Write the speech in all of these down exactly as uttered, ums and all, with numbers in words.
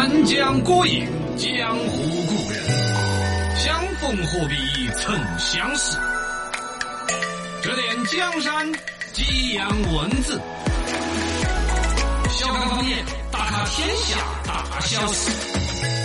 谈江国影，江湖故人，相逢何必曾相识。指点江山，激扬文字，小刚方言，大咖天下大小事。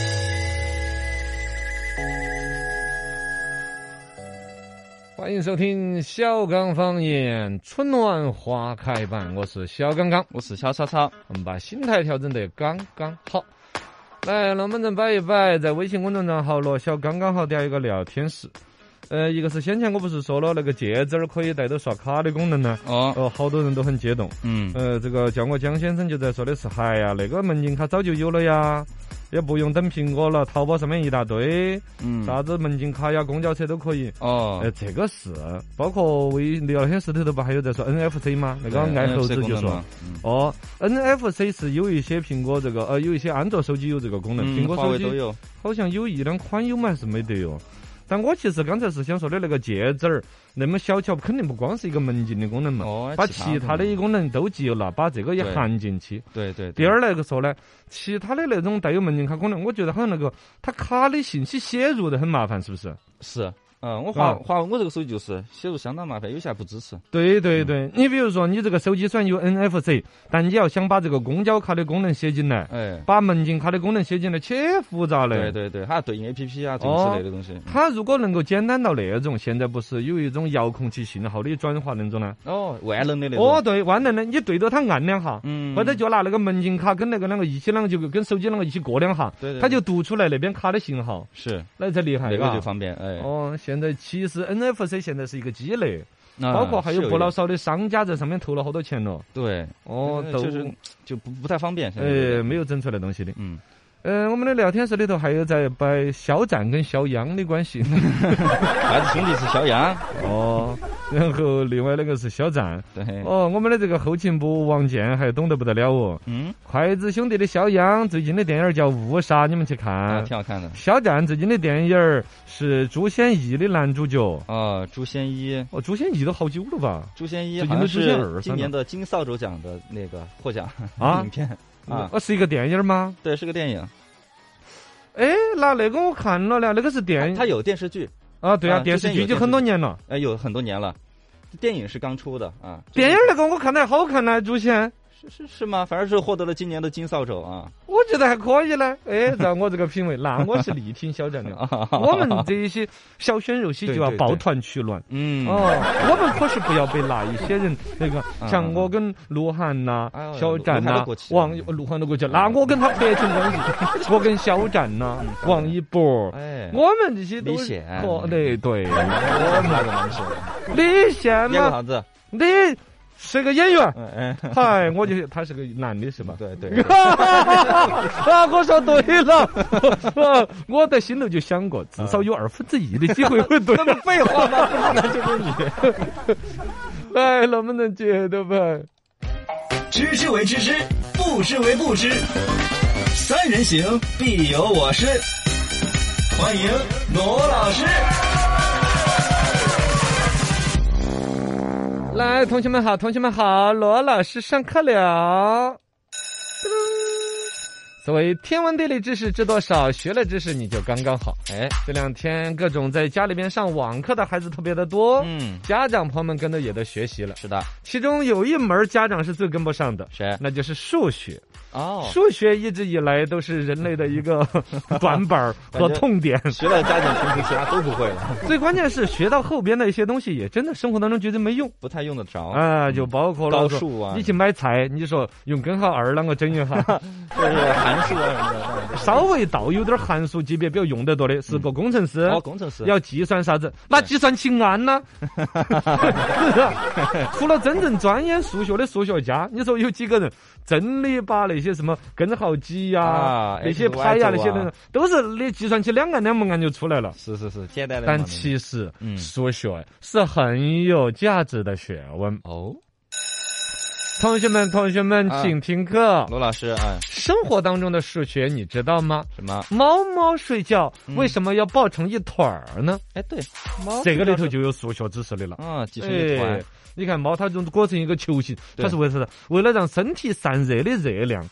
欢迎收听小刚方言春暖花开版，我是小刚刚， 我是小草草。 我们把心态调整得刚刚好。来，那我们再摆一摆，在微信公众账号罗小刚刚好点一个聊天室。呃，一个是先前我不是说了那个戒指儿可以带到刷卡的功能呢？哦，哦，好多人都很激动。 嗯， 呃，这个叫我江先生就在说的是，哎呀，那个门禁卡早就有了呀。也不用等苹果了，淘宝上面一大堆，嗯，啥子门禁卡呀、公交车都可以。哦，呃，这个是，包括微聊天室头头不还有在说 N F C 吗？那个爱猴子就说，嗯、哦 ，N F C 是有一些苹果这个，呃，有一些安卓手机有这个功能，苹、嗯、果手机都有， 好像有一两款有嘛，还是没得哟。但我其实刚才是想说的那个戒指儿，那么小巧，肯定不光是一个门禁的功能嘛，哦、把其他的功能都集了，把这个也含进去。 对 对, 对。 第二来个说呢，其他的那种带有门禁卡功能，我觉得好像那个它卡的信息写入的很麻烦，是不是？ 是。嗯，我华华我这个手机就是写入相当麻烦，有些还不支持。 对对对，嗯、你比如说你这个手机虽然有 N F C， 但你要想把这个公交卡的功能写进来，哎，把门禁卡的功能写进来，且复杂嘞。 对对对，它对应 A P P 啊，这之类的东西。 哦、它如果能够简单到那种，现在不是有一种遥控器信号的转化那种呢？ 哦，万能的那种。 哦，对，万能的，你对着它按两下，嗯，或者就拿那个门禁卡跟那个两个一起，两个就跟手机两个一起过两下， 对对， 它就读出来那边卡的信号。 是， 那才厉害， 那个就方便。哎， 哦，现在其实。N F C 现在是一个积累，啊、包括还有不老少的商家在上面投了好多钱了。 对， 哦，都就是就不不太方便。 呃，没有整出来东西的。嗯。呃，我们的聊天室里头还有在摆肖战跟肖央的关系， 筷子兄弟是肖央哦，然后另外那个是肖战， 对哦，我们的这个后勤部王健还懂得不得了哦，嗯，筷子兄弟的肖央最近的电影叫《误杀》，你们去看， 啊、挺好看的。 肖战最近的电影是朱显义的男主角， 啊，朱显义， 哦，朱显义都好久了吧？ 朱显义好像是今年的金扫帚奖的那个获奖啊影片。啊， 哦，是一个电影吗？ 对，是个电影。 哎，那那个我看了了，那个是电影， 它有电视剧啊，对啊，电视剧就很多年了， 哎，有很多年了。电影是刚出的啊， 电影那个我看的好看呢，朱显。 是是是吗？反正是获得了今年的金扫帚啊！ 我觉得还可以呢。哎，照我这个品味，那我是力挺肖战的。我们这一些小鲜肉些就要抱团取暖。嗯，哦，我们可是不要被那一些人那个，像我跟鹿晗呐、肖战呐、王鹿晗都过去，那我跟他撇清关系。我跟肖战呐、王一博，哎，我们这些都是可对对。 我们那个男生， 李现嘛？ 演个啥子？ 你。是个演员，嗯，嗨，我就他是个男的，是吧？ 对对。 啊，我说对了，我在心头就想过，至少有二分之一的机会会对。 那么废话吗？不是男就是女。 哎，能不能接的吧？ 知之为知之，不知为不知。三人行，必有我师。欢迎罗老师。 来，同学们好，同学们好，罗老师上课了。所谓天文地理知识知多少，学了知识你就刚刚好。哎，这两天各种在家里边上网课的孩子特别的多，嗯，家长朋友们跟着也都学习了。 是的， 其中有一门家长是最跟不上的， 谁？ 那就是数学。 哦， 数学一直以来都是人类的一个短板和痛点， 学了加减乘除其他都不会了。 最关键是学到后边的一些东西也真的生活当中觉得没用， 不太用得着啊，就包括了高数啊， 你去买菜，你说用根号二啷个整一下， 就是函数啊什么的， 稍微到有点函数级别比较用得多的，是个工程师， 哦，工程师要计算啥子，拿计算器按呢。除了真正专业数学的数学家，你说有几个人真的把那些什么根号几呀、啊、那些派呀、啊、那些人都是你计算器两按两不按就出来了。 是是是，简单的。 但其实、嗯、数学是很有价值的学问哦。同学们，同学们，请听课。 啊、罗老师，哎， 生活当中的数学你知道吗？ 什么？ 猫猫睡觉、嗯、为什么要抱成一团儿呢？ 哎，对，猫这个里头就有数学知识的了。 啊，计算一团。 哎你看猫它就裹成一个球形，它是为啥子？为了让身体散热的热量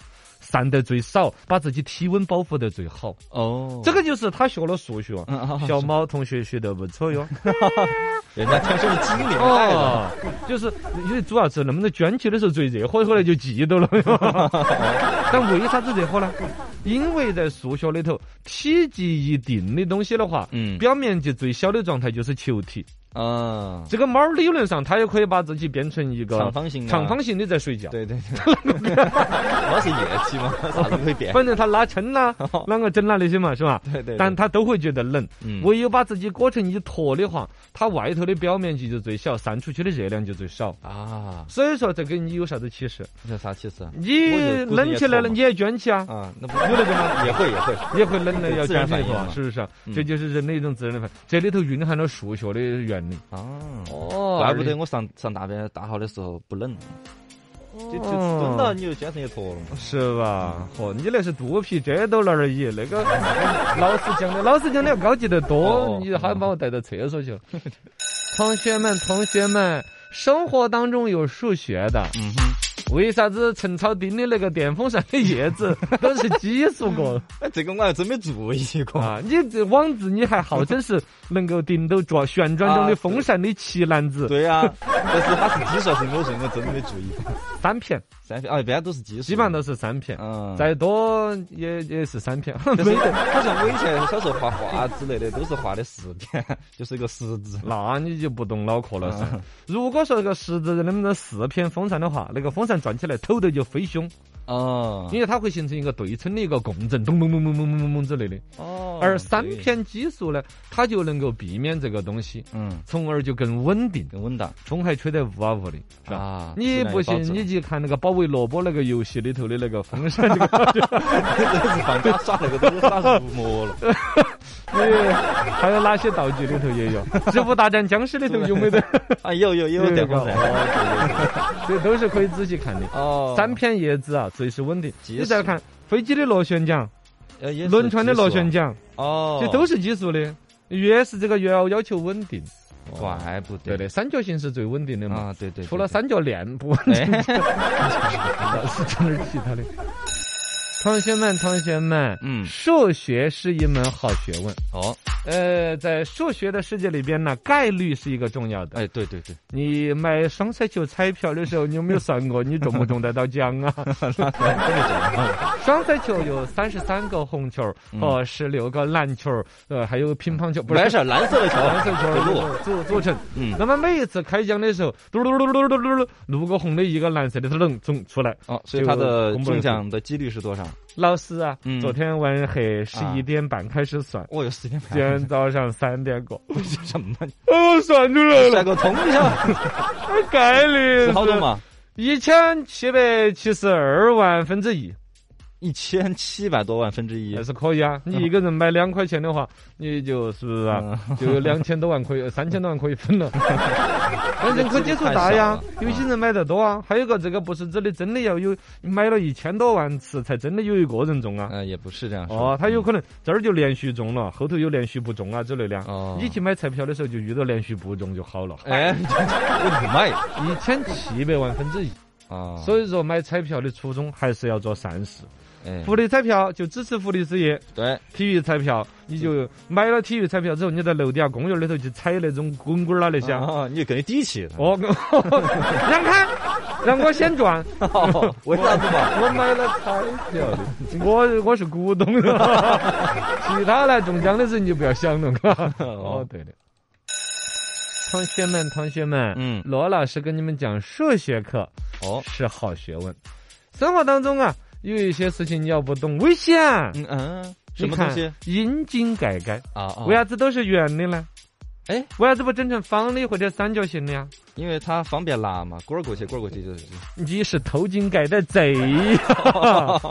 散得最少，把自己体温保护得最好。 哦， 这个就是他学了数学。小猫同学学得不错哟， 人家天生是机灵哦，就是因为主要是能不能卷起的时候最热，后后来就记到了。但为啥子热火呢？因为在数学里头，体积一定的东西的话，嗯，表面积最小的状态就是球体。啊，这个猫理论上它也可以把自己变成一个长方形、 长方形的在睡觉。 对对对，猫是液体嘛，啥子会变？ 反正它拉伸啦，啷个整啦那些嘛，是吧？ 对对。 但它都会觉得冷。嗯。唯有把自己裹成一坨的话，它外头的表面积就最小，散出去的热量就最少啊。所以说这跟你有啥子启示？ 有啥启示？ 你冷起来了，你也卷起啊？ 啊，那不有那个吗？也会也会也会冷的要卷起来，是不是？这就是人的一种自然的反应。这里头蕴含了数学的原理。 啊哦，怪不得我上上大便大号的时候不冷，就就蹲到你就卷成一坨了嘛， 是吧？哦，你那是肚皮遮到了而已，那个老师讲的，老师讲的要高级得多，你还把我带到厕所去了。同学们，同学们，生活当中有数学的，嗯哼。为啥子陈超钉的那个电风扇的叶子都是奇数个？ 哎，这个我还真没注意过啊！你这网子你还号称是能够顶到转旋转中的风扇的旗杆子？ 对呀、啊，但是它是奇数还是偶数，我真的没注意。 三片， 三片啊，一般都是奇数， 基本上都是三片，嗯，再多也也是三片。 没得，好像我以前小时候画画之类的都是画的四片，就是一个十字。 那你就不懂脑壳了噻。嗯、如果说这个十字能不能四片风扇的话，那个风扇转起来头头就飞凶哦，因为它会形成一个对称的一个共振，咚咚咚咚咚咚咚咚之类的哦。而三片奇数呢，它就能够避免这个东西，嗯，从而就更稳定、 更稳当， 风还吹得呜啊呜的，是吧？啊、你不信，你去看那个保卫萝卜那个游戏里头的那个风扇，这个真是放假耍那个都耍入魔了。 还有哪些道具里头也有？植物大战僵尸里头有没得？ 啊，有有有电风扇， 这都是可以仔细看的。哦，三片叶子啊，最是稳定。你再看飞机的螺旋桨，轮船的螺旋桨，哦，这都是奇数的。越是这个越要要求稳定。 怪不得对的，三角形是最稳定的嘛。 啊，对对。 除了三角链不稳定，是整点其他的。同学们，同学们，嗯，数学是一门好学问哦。呃，在数学的世界里边呢，概率是一个重要的。 哎，对对对， 你买双彩球彩票的时候，你有没有算过你中不中得到奖啊？双彩球有三十三个红球和十六个蓝球，呃，还有乒乓球， 不是是蓝色的球， 蓝色球组组成。嗯，那么每一次开奖的时候，嘟嘟嘟嘟嘟嘟嘟，六个红的，一个蓝色的，它能中出来。 哦，所以它的中奖的几率是多少？ 老师啊，嗯、昨天晚黑十一点半开始算， 我、啊哦、有十点半， 今天早上三点过， 什么？ 哦，算出来了， 算个通一下， 概率是好多嘛？ 一千七百七十二万分之一。 一千七百多万分之一， 还是可以啊！你一个人买两块钱的话，你就是不是啊？就有两千多万可以，三千多万可以分了。但人口基数大呀，有些人买得多啊。还有个这个不是指的真的要有买了一千多万次才真的有一个人中啊？ 呃，也不是这样说。 哦，他有可能这儿就连续中了，后头又连续不中啊之类的。哦，你去买彩票的时候就遇到连续不中就好了。 哎，我不买， 一千七百万分之一啊！所以说买彩票的初衷还是要做善事。福利彩票就支持福利事业， 对， 体育彩票你就买了体育彩票之后，你在楼底下公园里头去踩那种滚滚啦那些， 啊，你就更底气。 哦，让开，让我先赚。 哦、为啥子嘛？ 我买了彩票的，我我是股东，其他来中奖的事你就不要想了。哦，对的。同学们，同学们，嗯，罗老师跟你们讲数学课，哦，是好学问。生活当中啊。有一些事情你要不懂，危险。 嗯嗯，什么东西？ 阴茎盖盖啊，为啥子都是圆的呢？哎，为啥子不整成方的或者三角形的呀？ 因为它方便拿嘛，滚儿过去，滚儿过去就是。 你是偷井盖的贼。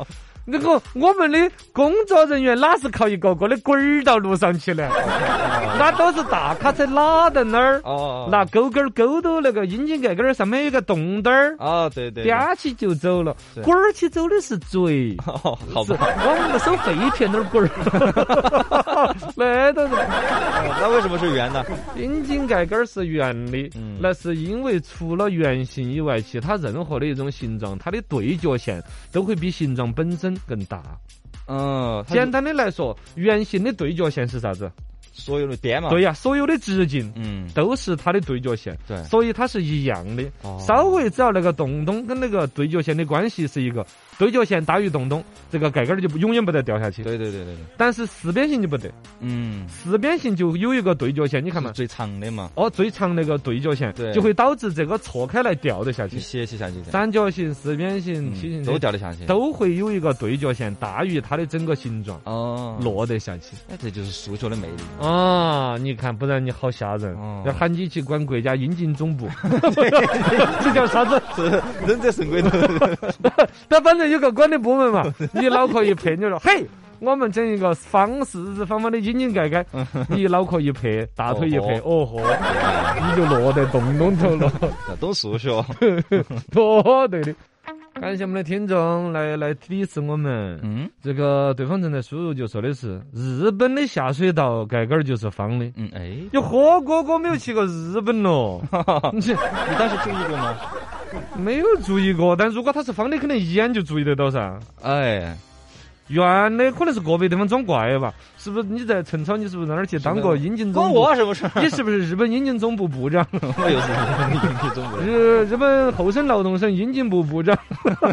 那个我们的工作人员哪是靠一个个的滚儿到路上去呢？那都是大卡车拉在那儿， 哦， 拿钩钩勾到那个引擎盖杆上面有一个洞洞儿， 啊，对对， 嗲起就走了。滚儿起走的是嘴， 哦，好吧， 我们的收废片那儿滚儿，那都是。 那为什么是圆呢？ 引擎盖杆是圆的，嗯，那是因为除了圆形以外，其他任何的一种形状，它的对角线都会比形状本身更大。 嗯， 简单的来说，圆形的对角线是啥子？ 所有的边嘛， 对呀、啊，所有的直径， 嗯， 都是它的对角线， 对， 所以它是一样的。 哦、 稍微只要那个洞洞跟那个对角线的关系是一个，对角线大于洞洞，这个盖杆就永远不得掉下去。 对对对对对。 但是四边形就不得， 嗯， 四边形就有一个对角线，你看嘛， 最长的嘛， 哦，最长那个对角线， 对， 就会导致这个错开来掉得下去， 斜起下去。 三角形、四边形、梯形、 嗯、都掉得下去， 都会有一个对角线大于它的整个形状， 哦， 落得下去。 哎，这就是数学的魅力啊！你看，不然你好吓人， 哦、 要喊你去管国家应急总部，这叫啥子？ 是忍者神龟头。 那反正有个管的部门嘛，你脑壳一拍，你说嘿。我们整一个方四四方方的引擎盖盖，你脑壳一拍，大腿一拍，哦豁，你就落在洞洞头了。 懂数学， 哦，对的。感谢我们的听众来来提示我们，嗯，这个对方正在输入就说的是日本的下水道盖杆就是方的， 嗯，哎， 有何哥哥没有去过日本咯？ 你你当时注意过吗？ 没有注意过，但如果它是方的，肯定一眼就注意得到噻。 哎。 圆的可能是个别地方装怪吧？是不是你在陈超？你是不是在那儿去当过应急总部？ 我什么事？ 你是不是日本应急总部部长？ 我又是日本应急总部。 日日本厚生劳动省应急部部长。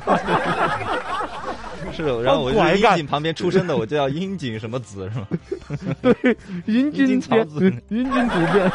是，然后我是应景旁边出生的，我就叫应景什么子是吗？ 对，应景超子，应景渡边。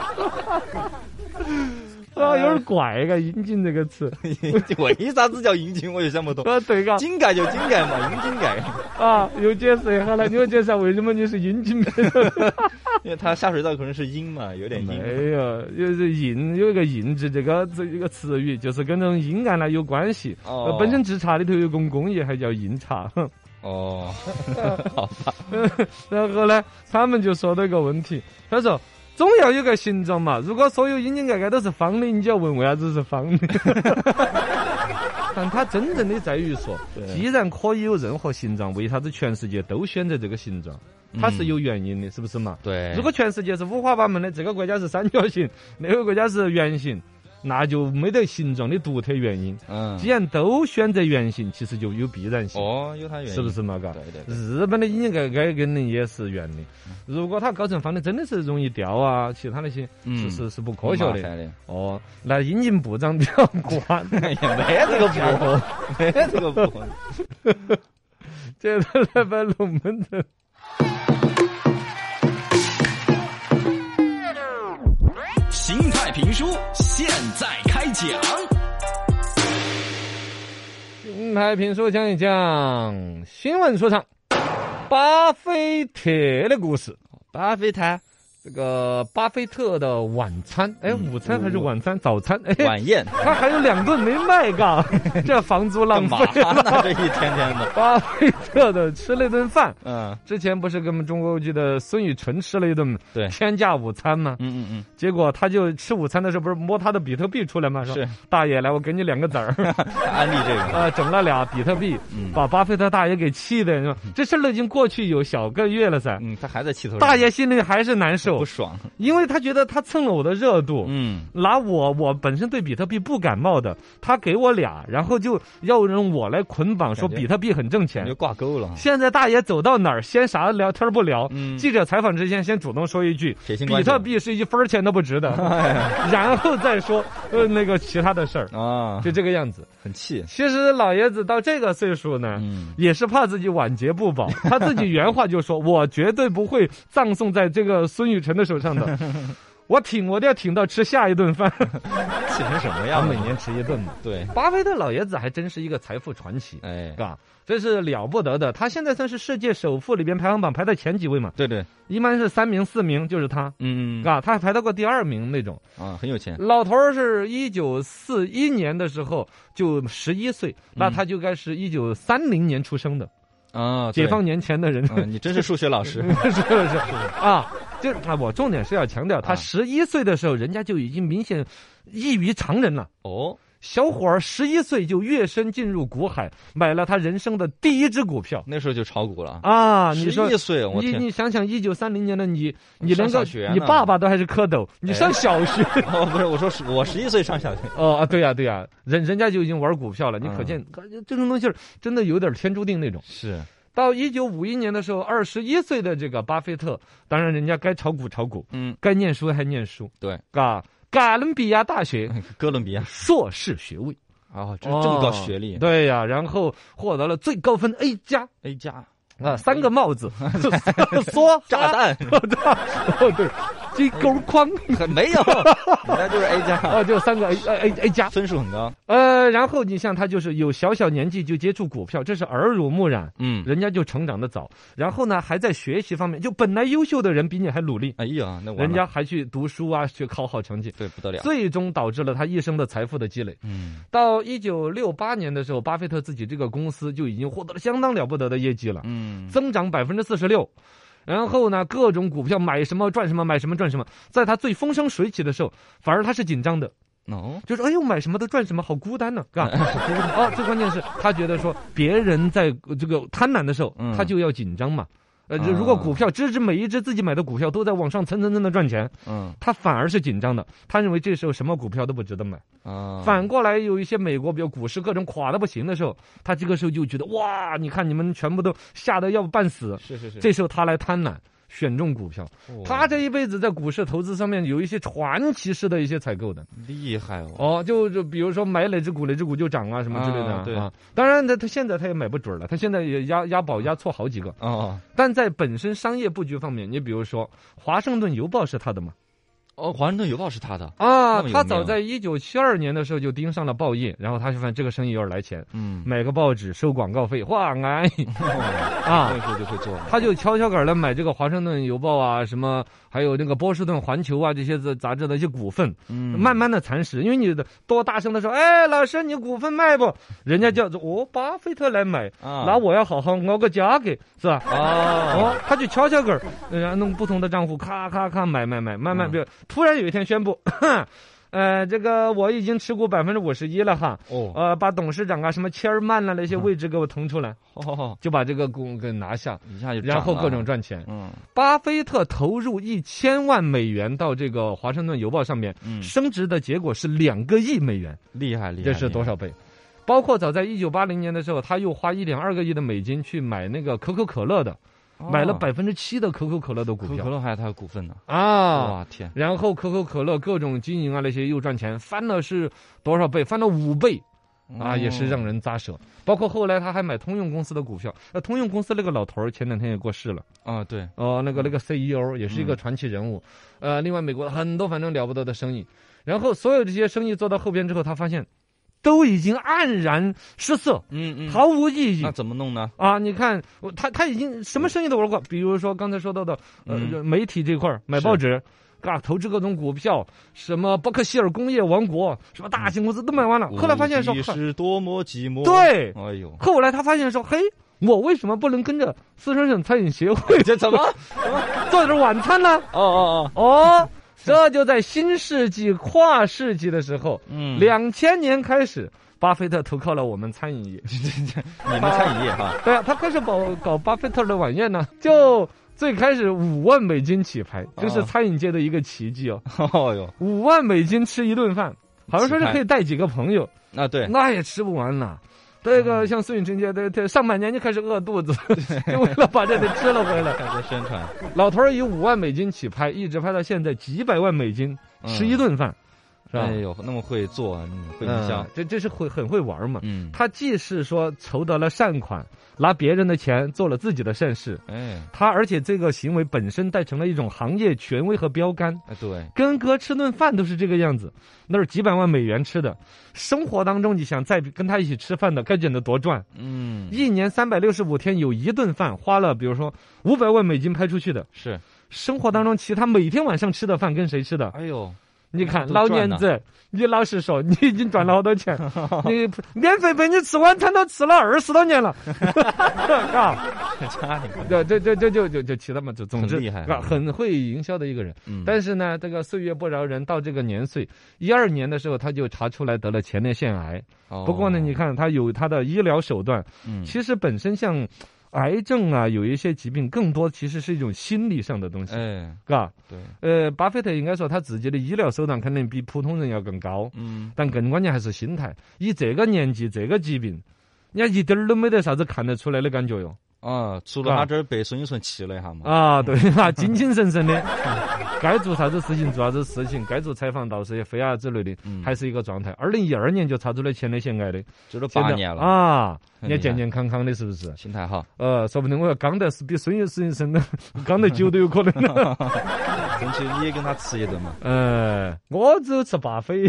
啊，有点怪个应景这个词， 为啥子叫应景？我也想不通。 啊，对个， 井盖就井盖嘛，应景盖。 啊，又解释一下了，你又解释为什么你是应景？ 因为它下水道可能是阴嘛，有点阴。 没有，就是阴，有一个阴字这个这一个词语，就是跟这种阴暗呢有关系。哦，本身制茶里头有工工业，还叫阴茶。 哦，好吧。 然后呢，他们就说到一个问题，他说。总要有个形状嘛，如果所有引擎盖盖都是方的，你就要问为啥子是方的。但它真正的在于说，既然可以有任何形状，为啥子全世界都选择这个形状？它是有原因的，是不是嘛？ 对。 如果全世界是五花八门的，这个国家是三角形，那个国家是圆形，那就没得形状的独特原因。嗯，既然都选择圆形，其实就有必然性。 哦，有它原因， 是不是嘛？嘎， 对对对。 日本的引擎盖盖可能也是圆的，如果它搞成方的，真的是容易掉啊，其他那些是是是不科学的。 的哦，那引擎部长比较管， 哎呀，没这个部，没这个部。 接着来把龙门阵。 形态评书现在开讲。 形态评书讲一讲新闻说唱巴菲特的故事。 巴菲特， 这个巴菲特的晚餐，哎，午餐还是晚餐？早餐，哎， 晚宴， 他还有两顿没卖，嘎，这房租浪费了， 这一天天的。 巴菲特的吃了一顿饭， 嗯， 之前不是跟我们中国剧的孙宇晨吃了一顿对天价午餐吗？ 嗯嗯嗯， 结果他就吃午餐的时候，不是摸他的比特币出来吗？说是大爷，来，我给你两个子儿， 安利这个， 呃，整了俩比特币，嗯、把巴菲特大爷给气的，说这事儿都已经过去有小个月了噻， 嗯，他还在气头上， 大爷心里还是难受， 不爽。 因为他觉得他蹭了我的热度， 嗯， 拿我我本身对比特币不感冒的，他给我俩，然后就要让我来捆绑，说比特币很挣钱， 就挂钩了。 现在大爷走到哪儿，先啥聊天不聊， 嗯， 记者采访之前先主动说一句，比特币是一分钱都不值的，然后再说呃那个其他的事儿啊， 就这个样子， 很气。 其实老爷子到这个岁数呢，嗯，也是怕自己晚节不保，他自己原话就说，我绝对不会葬送在这个孙宇晨的手上的。 我挺我都要挺到吃下一顿饭， 气成什么样？ 每年吃一顿嘛。 对， 巴菲特老爷子还真是一个财富传奇，哎，嘎，这是了不得的。他现在算是世界首富里边排行榜排在前几位嘛？ 对对， 一般是三名四名就是他，嗯，嘎，他还排到过第二名那种啊，很有钱。 老头儿是一九四一年的时候就十一岁，那他就该是一九三零年出生的。 啊， 解放年前的人， 嗯，你真是数学老师， 是是是啊，就啊，我重点是要强调，他十一岁的时候，人家就已经明显异于常人了。哦，小伙儿十一岁就跃身进入股海，买了他人生的第一只股票， 那时候就炒股了啊！你说十一岁，我天， 你你想想，一九三零年的你，你连个学你爸爸都还是蝌蚪，你上小学？ 哦，不是，我说是我十一岁上小学。 哦啊，对呀对呀，人人家就已经玩股票了，你可见这种东西真的有点天注定那种。 是。 到一九五一年的时候，二十一岁的这个巴菲特，当然人家该炒股炒股，嗯，该念书还念书， 对， 啊，哥伦比亚大学， 哥伦比亚硕士学位， 哦，这这么高学历， 对呀，然后获得了最高分 A 加 ，A 加啊，三个帽子，梭炸弹， 哦对。金钩框没有，那就是 A 加哦，就三个 A A A 加， 分数很高。 呃，然后你像他就是有小小年纪就接触股票，这是耳濡目染，嗯，人家就成长的早。然后呢，还在学习方面，就本来优秀的人比你还努力。 哎呀，那人家还去读书啊，去考好成绩， 对，不得了。 最终导致了他一生的财富的积累。嗯，到一九六八年的时候，巴菲特自己这个公司就已经获得了相当了不得的业绩了，嗯，增长百分之四十六。然后呢，各种股票买什么赚什么，买什么赚什么。在他最风生水起的时候，反而他是紧张的。哦，就是哎呦，买什么都赚什么，好孤单呢、啊，是吧？哦，最关键是他觉得说别人在这个贪婪的时候，嗯、他就要紧张嘛。呃，如果股票只只每一只自己买的股票都在往上蹭蹭蹭的赚钱，嗯，他反而是紧张的。他认为这时候什么股票都不值得买。啊，反过来有一些美国比如股市各种垮的不行的时候，他这个时候就觉得哇，你看你们全部都吓得要半死。 是是是。 这时候他来贪婪。选中股票，哦、他这一辈子在股市投资上面有一些传奇式的一些采购的， 厉害哦！ 哦，就就比如说买哪只股哪只股就涨啊什么之类的，啊对啊。当然他他现在他也买不准了，他现在也押押宝押错好几个哦。但在本身商业布局方面，你比如说华盛顿邮报是他的吗？ 哦，华盛顿邮报是他的啊，他早在一九七二年的时候就盯上了报业，然后他就发现这个生意有点来钱，嗯，买个报纸收广告费，哇，安逸啊， 那时候就会做， 他就悄悄杆的买这个华盛顿邮报啊，什么还有那个波士顿环球啊这些杂志的一些股份，嗯，慢慢的蚕食，因为你多大声的说，哎，老师你股份卖不？人家叫做哦，巴菲特来买，啊、那我要好好熬个价格，是吧？啊，哦，他就悄悄杆，然后弄不同的账户，咔咔咔买买买，慢慢比如。突然有一天宣布，呃，这个我已经持股百分之五十一了哈，哦，呃，把董事长啊、什么切尔曼啊那些位置给我腾出来，哦，就把这个股给拿下， 一下就， 然后各种赚钱。嗯，巴菲特投入一千万美元到这个华盛顿邮报上面，嗯，升值的结果是两个亿美元， 厉害厉害， 这是多少倍？包括早在一九八零年的时候，他又花一点二个亿的美金去买那个可口可乐的。买了百分之七的可口可乐的股票， 可口可乐还有它的股份呢啊！ 哇天！ 然后可口可乐各种经营啊那些又赚钱，翻了是多少倍？翻了五倍啊，也是让人咂舌。包括后来他还买通用公司的股票，那通用公司那个老头儿前两天也过世了啊，对哦，那个那个 C E O 也是一个传奇人物。嗯、呃，另外美国很多反正了不得的生意，然后所有这些生意做到后边之后，他发现。都已经黯然失色，嗯嗯，毫无意义。 那怎么弄呢？ 啊，你看他他已经什么生意都玩过，比如说刚才说到的呃、嗯、媒体这块买报纸，啊投资各种股票，什么伯克希尔工业王国，什么大型公司都买完了。后来发现说是多么寂寞。 对， 哎呦， 后来他发现说，嘿，我为什么不能跟着四川省餐饮协会这怎么做点晚餐呢？ 哦哦哦哦。这就在新世纪跨世纪的时候，嗯，两千年开始，巴菲特投靠了我们餐饮业， 你们餐饮业哈， 对啊，他开始搞搞巴菲特的晚宴呢，就最开始五万美金起拍，这是餐饮界的一个奇迹哦。哦哟，五万美金吃一顿饭，好像说是可以带几个朋友啊，对， 那也吃不完呐。这个像孙宇晨姐，对对，上半年就开始饿肚子，就为了把这个吃了回来。 开始宣传， 老头儿以五万美金起拍，一直拍到现在几百万美金吃一顿饭， 是吧？ 哎呦，那么会做，嗯、会营销、 嗯，这这是会很会玩嘛。 嗯， 他既是说筹得了善款，拿别人的钱做了自己的善事， 哎， 他而且这个行为本身带成了一种行业权威和标杆。 哎，对， 跟哥吃顿饭都是这个样子，那是几百万美元吃的。生活当中，你想再跟他一起吃饭的，该减得多赚？ 嗯， 一年三百六十五天，有一顿饭花了，比如说五百万美金拍出去的。 是， 生活当中其他每天晚上吃的饭跟谁吃的？ 哎呦。 你看老年子，你老实说，你已经赚了好多钱，你免费陪你吃晚餐都吃了二十多年了，啊，对对对对，就就就其他嘛，就总之很厉害， 很会营销的一个人。 嗯， 但是呢，这个岁月不饶人，到这个年岁，一二年的时候他就查出来得了前列腺癌。 哦、 不过呢，你看他有他的医疗手段， 嗯， 其实本身像。癌症啊，有一些疾病，更多其实是一种心理上的东西， 哎， 嘎， 对， 呃，巴菲特应该说他自己的医疗手段可能比普通人要更高， 嗯， 但更关键还是心态。以这个年纪，这个疾病，人家一点儿都没得啥子看得出来的感觉哟。 啊，除了他这儿被孙运顺气了一下嘛。 啊，对啊，精精神神的，该做啥子事情做啥子事情，该做采访导师也飞啊之类的，嗯、还是一个状态。二零一二年就查出了前列腺癌的， 这都八年了啊，你健健康康的，是不是？ 心态好。 呃，说不定我要刚的是比孙运顺的刚的久都有可能。 争取你也跟他吃一顿嘛。 呃，我只有吃巴菲，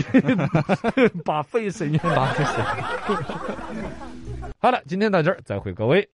巴菲神，巴菲神。好了，今天到这儿，再会各位。